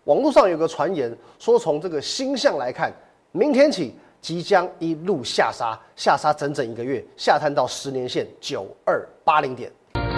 网络上有个传言说，从这个星象来看，明天起即将一路下杀，下杀整整1个月，下探到10年线9280点。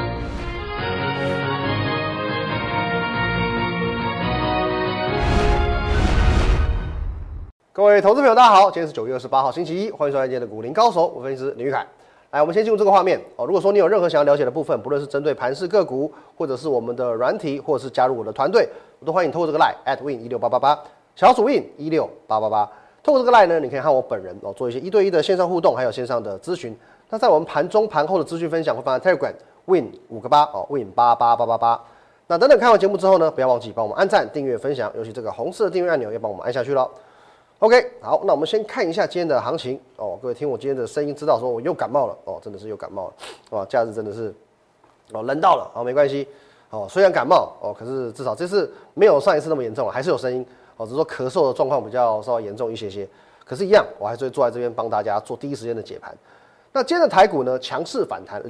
各位投资朋友，大家好，今天是9月28号，星期一，欢迎收看今天的股林高手，我分析师林玉凯。来，我们先进入这个画面哦。如果说你有任何想要了解的部分，不论是针对盘势个股，或者是我们的软体，或者是加入我的团队，我都欢迎透过这个 line @win16888，小组 win16888。透过这个 line 呢，你可以和我本人哦做一些1对1的线上互动，还有线上的咨询。那在我们盘中盘后的资讯分享会放在 Telegram win5个8哦 win88888。那等等看完节目之后呢，不要忘记帮我们按赞、订阅、分享，尤其这个红色的订阅按钮要帮我们按下去咯。OK， 好，那我们先看一下今天的行情哦。各位听我今天的声音，知道说我又感冒了哦，真的是又感冒了哦。假日真的是哦冷到了哦，没关系哦。虽然感冒哦，可是至少这次没有上一次那么严重了，还是有声音哦，只是说咳嗽的状况比较稍微严重一些些。可是，一样我还是会坐在这边帮大家做第一时间的解盘。那今天的台股呢，强势反弹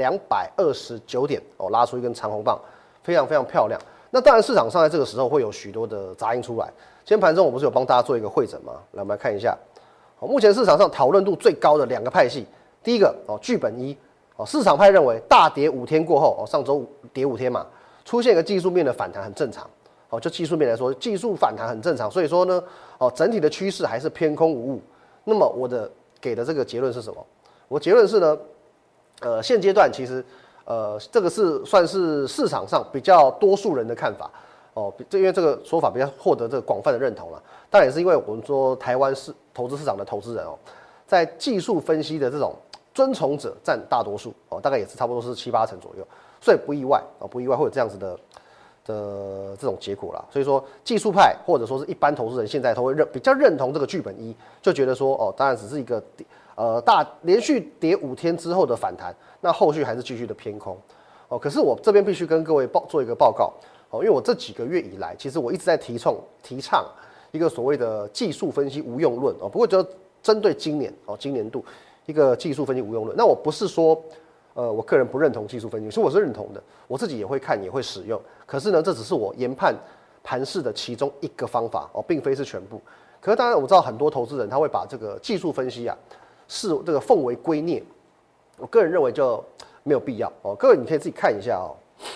229点哦，拉出一根长红棒，非常非常漂亮。那当然，市场上在这个时候会有许多的杂音出来。今天盘中我不是有帮大家做一个汇整吗？来，我们来看一下。目前市场上讨论度最高的2个派系，第一个剧本一市场派认为大跌5天过后上周跌5天嘛，出现一个技术面的反弹很正常。就技术面来说，技术反弹很正常，所以说呢整体的趋势还是偏空无误。那么我给的这个结论是什么？我结论是呢，现阶段其实这个是算是市场上比较多数人的看法。因为这个说法比较获得这个广泛的认同了，当然也是因为我们说台湾投资市场的投资人在技术分析的这种遵从者占大多数大概也是差不多是7-8成左右，所以不意外会有这样子的这种结果啦。所以说技术派或者说是一般投资人现在都会比较认同这个剧本一，就觉得说当然只是一个连续跌5天之后的反弹，那后续还是继续的偏空可是我这边必须跟各位做一个报告。因为我这几个月以来，其实我一直在提倡一个所谓的技术分析无用论不过就针对今年度一个技术分析无用论。那我不是说我个人不认同技术分析，所以我是认同的，我自己也会看也会使用。可是呢，这只是我研判盘势的其中一个方法并非是全部。可是当然我知道很多投资人他会把这个技术分析是这个奉为圭臬，我个人认为就没有必要各位你可以自己看一下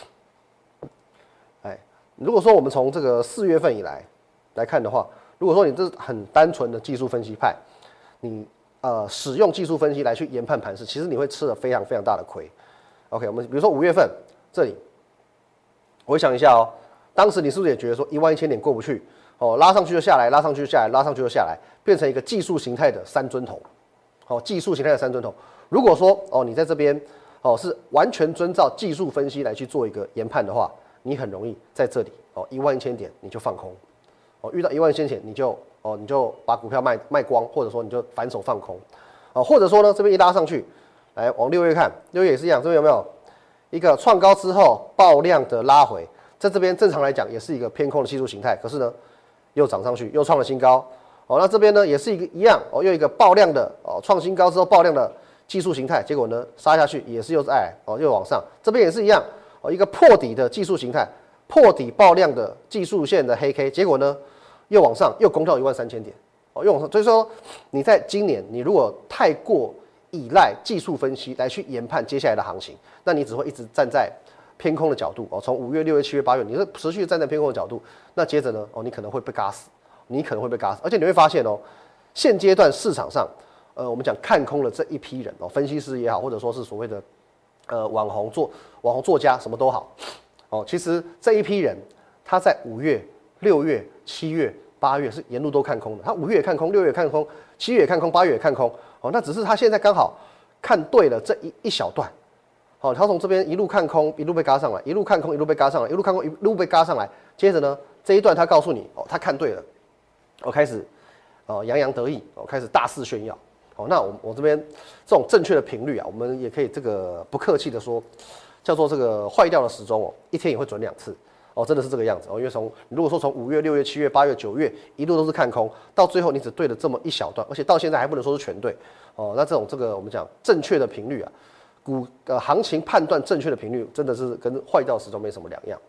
如果说我们从这个4月份以来看的话，如果说你这是很单纯的技术分析派，你使用技术分析来去研判盘势，其实你会吃了非常非常大的亏。OK， 我们比如说5月份这里，回想一下当时你是不是也觉得说11000点过不去拉上去就下来，拉上去就下来，拉上去就下来，变成一个技术形态的3尊头技术形态的3尊头。如果说你在这边是完全遵照技术分析来去做一个研判的话，你很容易在这里11000点你就放空遇到11000点你就把股票卖光，或者说你就反手放空或者说呢这边一拉上去，来往6月看，6月也是一样，这边有没有一个创高之后爆量的拉回，在这边正常来讲也是一个偏空的技术形态，可是呢又涨上去又创了新高那这边呢也是一样又一个爆量的创新高之后爆量的技术形态，结果呢杀下去也是又又往上，这边也是一样一个破底的技术形态，破底爆量的技术线的黑 K， 结果呢又往上又攻到13000点又往上。所以说你在今年你如果太过依赖技术分析来去研判接下来的行情，那你只会一直站在偏空的角度从5月、6月、7月、8月，你是持续站在偏空的角度，那接着呢你可能会被嘎死，而且你会发现现阶段市场上我们讲看空了这一批人分析师也好，或者说是所谓的网红作家什么都好其实这一批人他在5月、6月、7月、8月是沿路都看空的，他5月也看空，6月也看空，7月也看空，8月也看空那只是他现在刚好看对了这一小段他从这边一路看空，一路被嘎上来，一路看空，一路被嘎上来，一路看空，一路被嘎上来，接着呢这一段他告诉你他看对了开始洋洋得意开始大肆炫耀那我这边这种正确的频率我们也可以这个不客气的说，叫做这个坏掉的时钟一天也会准2次真的是这个样子因为如果说从5月、6月、7月、8月、9月一路都是看空，到最后你只对了这么一小段，而且到现在还不能说是全对那这个我们讲正确的频率行情判断正确的频率真的是跟坏掉的时钟没什么两样。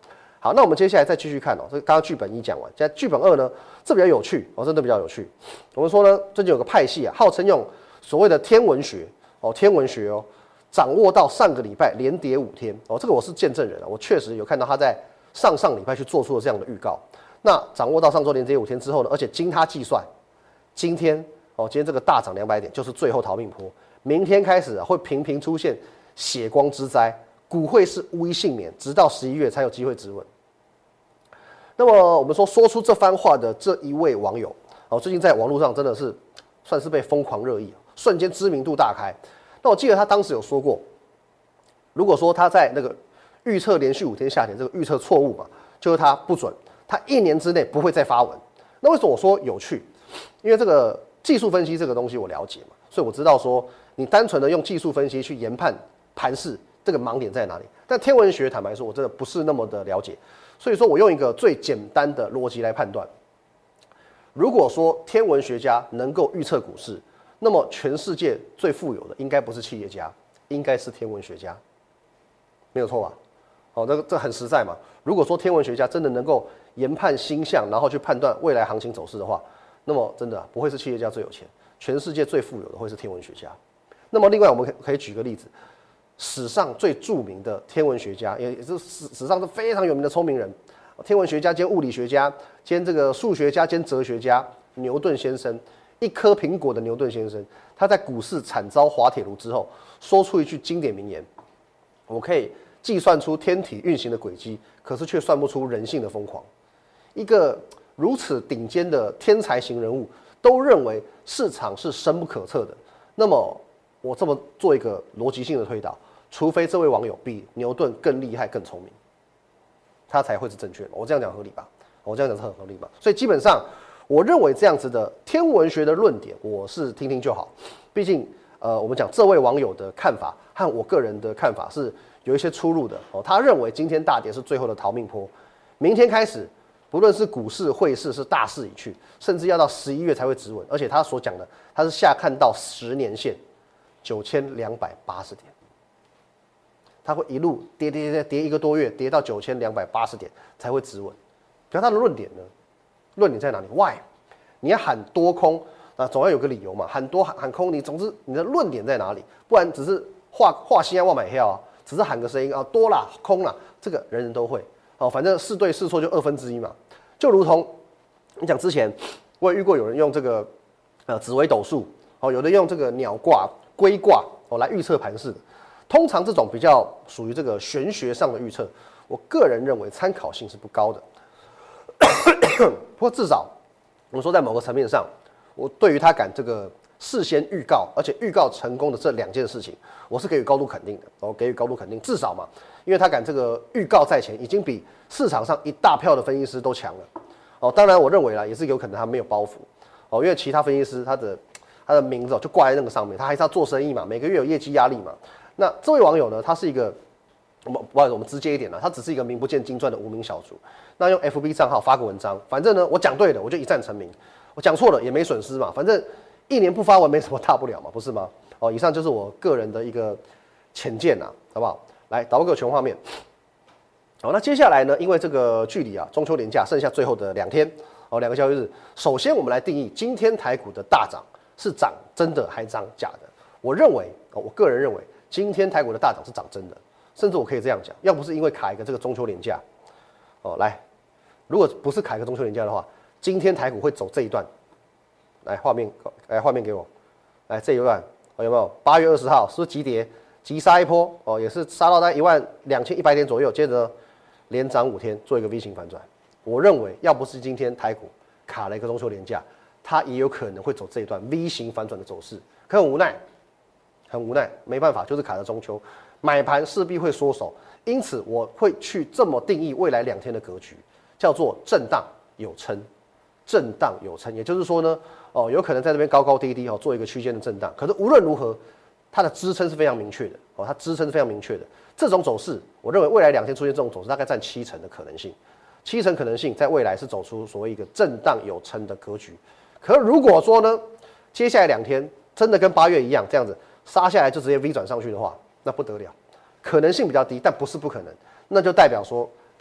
好，那我们接下来再继续看哦，这刚刚剧本1讲完，现在剧本2呢，这比较有趣哦，真的比较有趣。我们说呢，最近有个派系啊，号称用所谓的天文学哦，掌握到上个礼拜连跌5天哦，这个我是见证人啊，我确实有看到他在上礼拜去做出了这样的预告。那掌握到上周连跌5天之后呢，而且经他计算，今天这个大涨200点就是最后逃命坡，明天开始会频频出现血光之灾，股汇是无一幸免，直到11月才有机会止稳。那么我们说出这番话的这一位网友，最近在网络上真的是算是被疯狂热议，瞬间知名度大开。那我记得他当时有说过，如果说他在那个预测连续5天下跌这个预测错误嘛，就是他不准，他1年之内不会再发文。那为什么我说有趣？因为这个技术分析这个东西我了解嘛，所以我知道说你单纯的用技术分析去研判盘势，这个盲点在哪里？但天文学坦白说，我真的不是那么的了解。所以说我用一个最简单的逻辑来判断，如果说天文学家能够预测股市，那么全世界最富有的应该不是企业家，应该是天文学家，没有错吧？这很实在嘛。如果说天文学家真的能够研判星象，然后去判断未来行情走势的话，那么真的不会是企业家最有钱，全世界最富有的会是天文学家。那么另外我们可以举个例子。史上最著名的天文学家，也是史上是非常有名的聪明人，天文学家兼物理学家兼这个数学家兼哲学家牛顿先生，一颗苹果的牛顿先生，他在股市惨遭滑铁卢之后，说出一句经典名言：我可以计算出天体运行的轨迹，可是却算不出人性的疯狂。一个如此顶尖的天才型人物，都认为市场是深不可测的，那么我这么做一个逻辑性的推导，除非这位网友比牛顿更厉害、更聪明，他才会是正确的。我这样讲合理吧？我这样讲是很合理吧？所以基本上，我认为这样子的天文学的论点，我是听听就好。毕竟，我们讲这位网友的看法和我个人的看法是有一些出入的。他认为今天大跌是最后的逃命坡，明天开始，不论是股市、汇市是大势已去，甚至要到11月才会止稳。而且他所讲的，他是下看到10年线。9280点，它会一路跌1个多月，跌到9280点才会止稳。可是它的论点呢？论点在哪里 ？Why？ 你要喊多空啊，总要有个理由嘛。喊多喊空，你总之你的论点在哪里？不然只是画西安望买票啊，只是喊个声音啊，多啦空啦，这个人人都会哦。反正是对是错就1/2嘛。就如同你讲之前，我也遇过有人用这个紫微斗数哦，有的用这个鸟卦。龟卦来预测盘势的，通常这种比较属于这个玄学上的预测，我个人认为参考性是不高的。不过至少我们说在某个层面上，我对于他敢这个事先预告，而且预告成功的这2件事情，我是给予高度肯定的。给予高度肯定，至少嘛，因为他敢这个预告在前，已经比市场上一大票的分析师都强了。当然我认为啦，也是有可能他没有包袱因为其他分析师他的名字就挂在那个上面，他还是要做生意嘛，每个月有业绩压力嘛。那这位网友呢，他是一个，不好意思，我们直接一点啦，他只是一个名不见经传的无名小卒。那用 FB 账号发个文章，反正呢，我讲对了，我就一战成名；我讲错了也没损失嘛，反正1年不发文没什么大不了嘛，不是吗？以上就是我个人的一个浅见啦，好不好？来，导播给我全画面。好，那接下来呢，因为这个距离中秋连假剩下最后的2天，2个交易日，首先我们来定义今天台股的大涨。是涨真的还涨假的？我认为，我个人认为，今天台股的大涨是涨真的，甚至我可以这样讲，要不是因为卡一个这个中秋连假，来，如果不是卡一个中秋连假的话，今天台股会走这一段，来画面给我，来这一段，有没有？8月20号是不是急跌，急杀一波，也是杀到在12100点左右，接着连涨5天，做一个 V 型反转。我认为，要不是今天台股卡了一个中秋连假，它也有可能会走这一段 V 型反转的走势，可很无奈，没办法，就是卡着中秋，买盘势必会缩手，因此我会去这么定义未来2天的格局，叫做震荡有撑，也就是说呢，有可能在这边高高低低做一个区间的震荡，可是无论如何，它的支撑是非常明确的它支撑是非常明确的。这种走势，我认为未来2天出现这种走势，大概占70%的可能性，70%可能性在未来是走出所谓一个震荡有撑的格局。可如果说呢，接下来2天真的跟8月一样这样子杀下来就直接 V 转上去的话，那不得了，可能性比较低，但不是不可能。那就代表说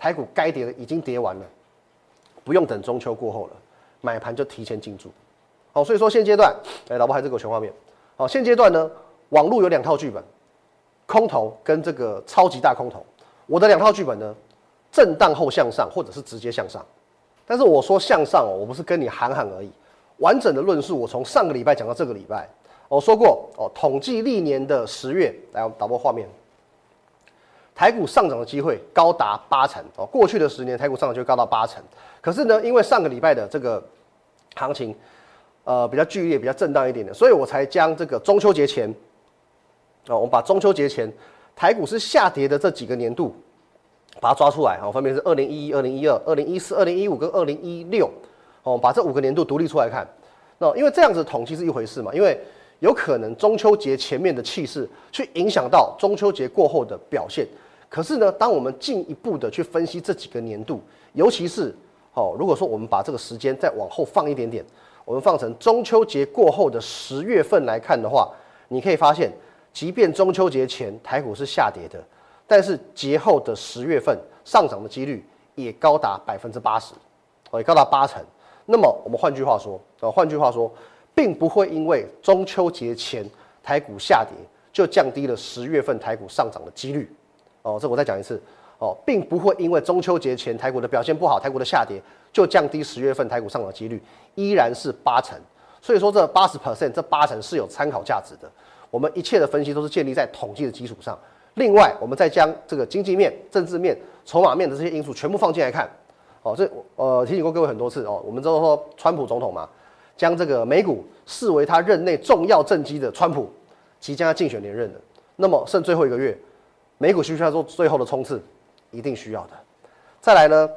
台股该跌的已经跌完了，不用等中秋过后了，买盘就提前进驻。好，所以说现阶段，老婆还是给我全画面。好，现阶段呢，网络有2套剧本，空头跟这个超级大空头。我的2套剧本呢，震荡后向上，或者是直接向上。但是我说向上我不是跟你喊喊而已，完整的论述我从上个礼拜讲到这个礼拜。我说过统计历年的10月，来我们导播画面，台股上涨的机会高达80%过去的10年台股上涨就高到80%。可是呢，因为上个礼拜的这个行情比较剧烈，比较震荡一点的，所以我才将这个中秋节前我们把中秋节前台股是下跌的这几个年度把它抓出来分别是2011、2012、2014、2015跟2016把这5个年度独立出来看。那因为这样子统计是一回事嘛，因为有可能中秋节前面的气势去影响到中秋节过后的表现。可是呢，当我们进一步的去分析这几个年度，尤其是如果说我们把这个时间再往后放一点点，我们放成中秋节过后的10月份来看的话，你可以发现，即便中秋节前台股是下跌的，但是节后的10月份上涨的几率也高达80%，也高达80%。那么我们换句话说，并不会因为中秋节前台股下跌就降低了10月份台股上涨的几率。这我再讲一次，并不会因为中秋节前台股的表现不好，台股的下跌就降低10月份台股上涨的几率，依然是80%。所以说这80%，这80%是有参考价值的。我们一切的分析都是建立在统计的基础上。另外，我们再将这个经济面、政治面、筹码面的这些因素全部放进来看。提醒过各位很多次我们知道说川普总统嘛，将这个美股视为他任内重要政绩的川普，即将要竞选连任的。那么剩最后1个月，美股需不需要做最后的冲刺？一定需要的。再来呢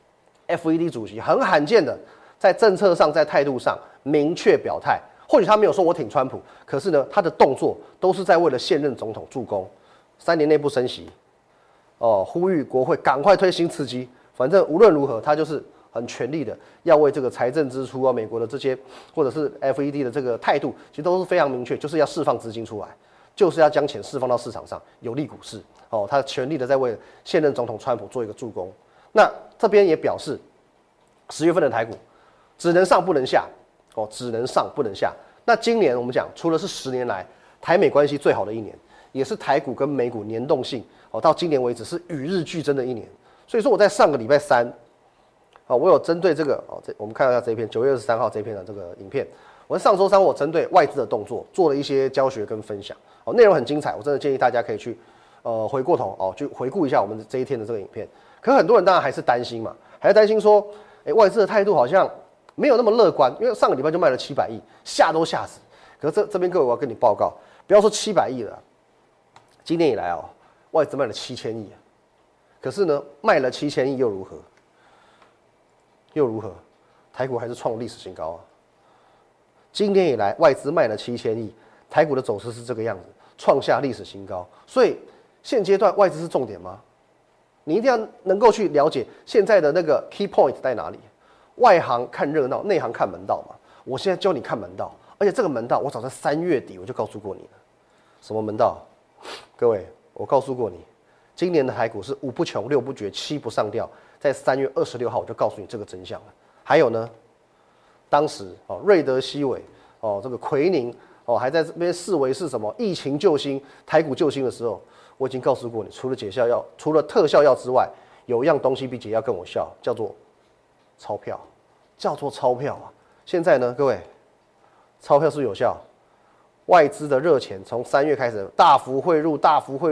，FED 主席很罕见的在政策上、在态度上明确表态。或许他没有说我挺川普，可是呢，他的动作都是在为了现任总统助攻。3年内不升息，呼吁国会赶快推新刺激。反正无论如何，他就是很全力的要为这个财政支出美国的这些或者是 FED 的这个态度，其实都是非常明确，就是要释放资金出来，就是要将钱释放到市场上，有利股市。他全力的在为现任总统川普做一个助攻。那这边也表示，10月份的台股只能上不能下，只能上不能下。那今年我们讲，除了是10年来台美关系最好的一年，也是台股跟美股联动性到今年为止是与日俱增的一年。所以说我在上个礼拜3，我有针对这个我们看一下这一篇9月23号这一篇的这个影片。我在上周3我针对外资的动作做了一些教学跟分享，内容很精彩，我真的建议大家可以去回过头去回顾一下我们这一天的这个影片。可是很多人当然还是担心嘛，还是担心说，外资的态度好像没有那么乐观，因为上个礼拜就卖了700亿，吓都吓死。可是这边各位我要跟你报告，不要说700亿了，今年以来外资卖了7000亿。可是呢，卖了7000亿又如何？又如何？台股还是创历史新高啊！今年以来外资卖了7000亿，台股的走势是这个样子，创下历史新高。所以现阶段外资是重点吗？你一定要能够去了解现在的那个 key point 在哪里。外行看热闹，内行看门道嘛。我现在教你看门道，而且这个门道我早在3月底我就告诉过你了。什么门道？各位，我告诉过你。今年的台股是5不穷、6不绝、7不上吊，在3月26号我就告诉你这个真相了。还有呢，当时瑞德西韦这个奎宁还在这边视为是什么疫情救星、台股救星的时候，我已经告诉过你，除了特效药之外，有一样东西比解药更有效，叫做钞票，现在呢，各位，钞票是不是有效？外资的热钱从3月开始大幅汇入，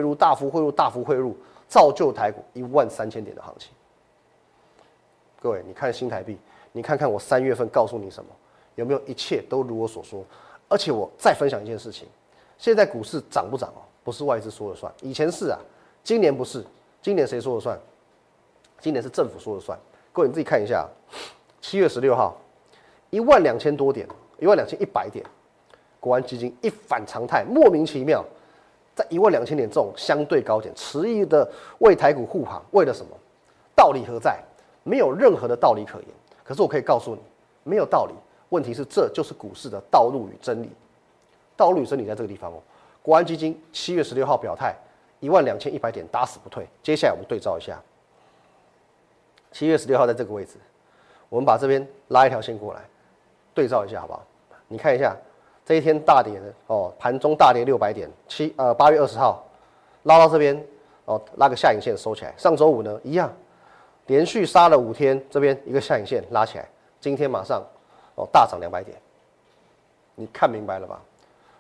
造就台股13000点的行情。各位，你看新台币，你看看我3月份告诉你什么，有没有一切都如我所说？而且我再分享一件事情，现在股市涨不涨不是外资说了算，以前是啊，今年不是，今年谁说了算？今年是政府说了算。各位你自己看一下，7月16号，12000多点，12100点。国安基金一反常态，莫名其妙，在12000点这种相对高点，持续的为台股护航，为了什么？道理何在？没有任何的道理可言。可是我可以告诉你，没有道理。问题是，这就是股市的道路与真理。道路与真理在这个地方国安基金7月16号表态，12100点打死不退。接下来我们对照一下， 7月16号在这个位置，我们把这边拉一条线过来，对照一下好不好？你看一下这一天大跌的哦，盘中大跌600点，8月20号拉到这边哦，拉个下影线收起来。上周五呢一样，连续杀了5天，这边一个下影线拉起来，今天马上哦大涨200点，你看明白了吧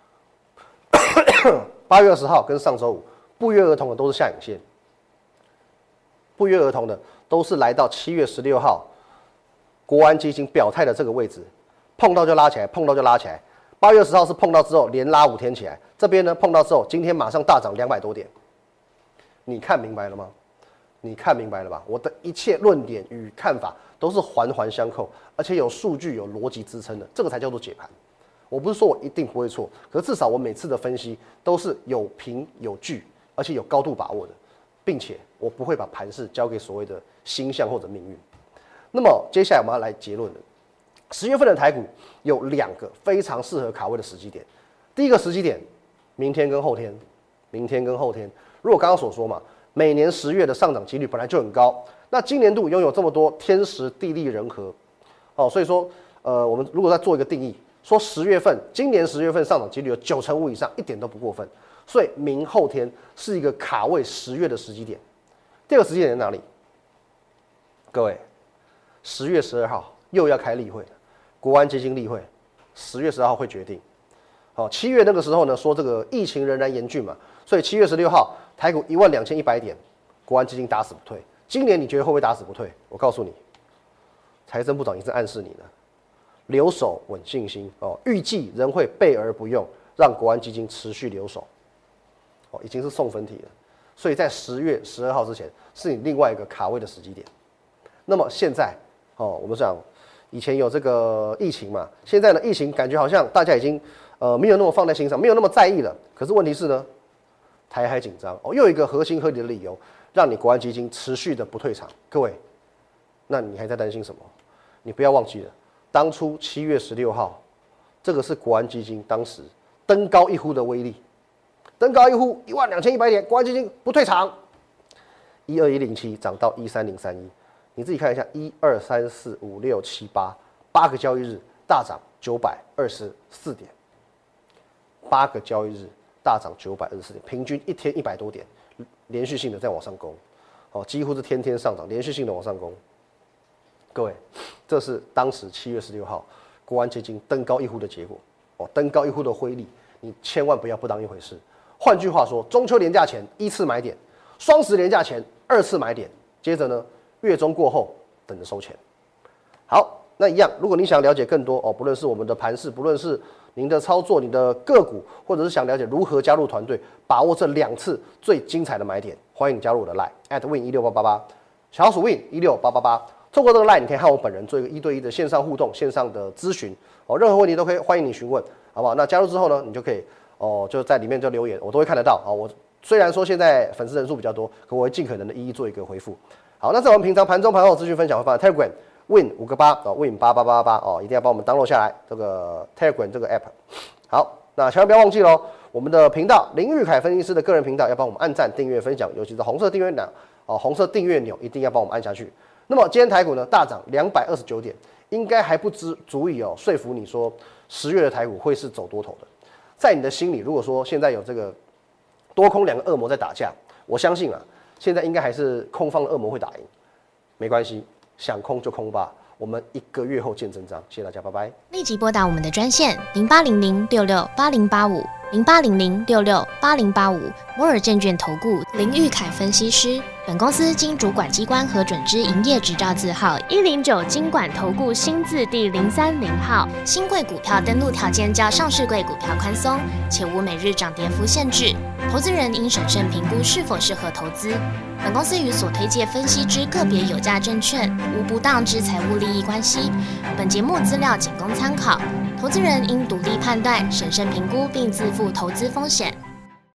？8月20号跟上周五不约而同的都是下影线，不约而同的都是来到7月16号国安基金表态的这个位置，碰到就拉起来，碰到就拉起来。8月10号是碰到之后连拉5天起来，这边呢碰到之后，今天马上大涨200多点，你看明白了吗？你看明白了吧？我的一切论点与看法都是环环相扣，而且有数据、有逻辑支撑的，这个才叫做解盘。我不是说我一定不会错，可是至少我每次的分析都是有凭有据，而且有高度把握的，并且我不会把盘势交给所谓的星象或者命运。那么接下来我们要来结论了。10月份的台股有2个非常适合卡位的时机点。第一个时机点，明天跟后天。明天跟后天，如果刚刚所说嘛，每年10月的上涨几率本来就很高，那今年度拥有这么多天时地利人和，哦，所以说，我们如果再做一个定义，说今年10月份上涨几率有95%以上，一点都不过分。所以明后天是一个卡位10月的时机点。第二个时机点在哪里？各位，10月12号又要开例会了，国安基金例会，10月12号会决定。好，7月那个时候呢，说这个疫情仍然严峻嘛，所以7月16号台股12100点，国安基金打死不退。今年你觉得会不会打死不退？我告诉你，财政部长已经暗示你了，留守稳信心哦，预计仍会备而不用，让国安基金持续留守。哦，已经是送分题了，所以在10月12号之前是你另外一个卡位的时机点。那么现在哦，我们讲以前有这个疫情嘛，现在呢疫情感觉好像大家已经没有那么放在心上，没有那么在意了。可是问题是呢，台海紧张哦，又有一个合情合理的理由，让你国安基金持续的不退场。各位，那你还在担心什么？你不要忘记了，当初7月16号，这个是国安基金当时登高一呼的威力。登高一呼，12100点，国安基金不退场，12107涨到13031，你自己看一下，1、2、3、4、5、6、7、8个交易日大涨924点，8个交易日大涨924点，平均一天100多点，连续性的在往上攻，哦，几乎是天天上涨，连续性的往上攻。各位，这是当时7月16号国安基金登高一呼的结果，哦，登高一呼的辉力，你千万不要不当一回事。换句话说，中秋连假前1次买点，双十连假前2次买点，接着呢，月中过后等着收钱。好，那一样，如果你想了解更多哦，不论是我们的盘势，不论是您的操作、你的个股，或者是想了解如何加入团队，把握这2次最精彩的买点，欢迎你加入我的 LINE @win16888，小老鼠 win16888。透过这个 LINE， 你可以和我本人做一个1对1的线上互动、线上的咨询哦，任何问题都可以欢迎你询问，好不好？那加入之后呢，你就可以哦，就在里面就留言，我都会看得到啊。我虽然说现在粉丝人数比较多，可我会尽可能的一一做一个回复。好，那在我们平常盘中盘后资讯分享会放在 Telegram Win58哦 Win8888哦，一定要帮我们 download 下来这个 Telegram 这个 app。好，那千万不要忘记喽，我们的频道林玉凯分析师的个人频道要帮我们按赞、订阅、分享，尤其是红色订阅钮哦，红色订阅钮一定要帮我们按下去。那么今天台股呢大涨229点，应该还不足以哦说服你说10月的台股会是走多头的。在你的心里，如果说现在有这个多空2个恶魔在打架，我相信啊，现在应该还是空方的恶魔会打赢。没关系，想空就空吧。我们1个月后见真章。谢谢大家，拜拜。 立即拨打我们的专线0800668085，0800668085，摩尔证券投顾林玉凯分析师。本公司经主管机关核准之营业执照字号109金管投顾新字第030号。新贵股票登录条件较上市贵股票宽松，且无每日涨跌幅限制。投资人应审慎评估是否适合投资。本公司与所推介分析之个别有价证券无不当之财务利益关系。本节目资料仅供参考，投资人应独立判断、审慎评估并自负投资风险。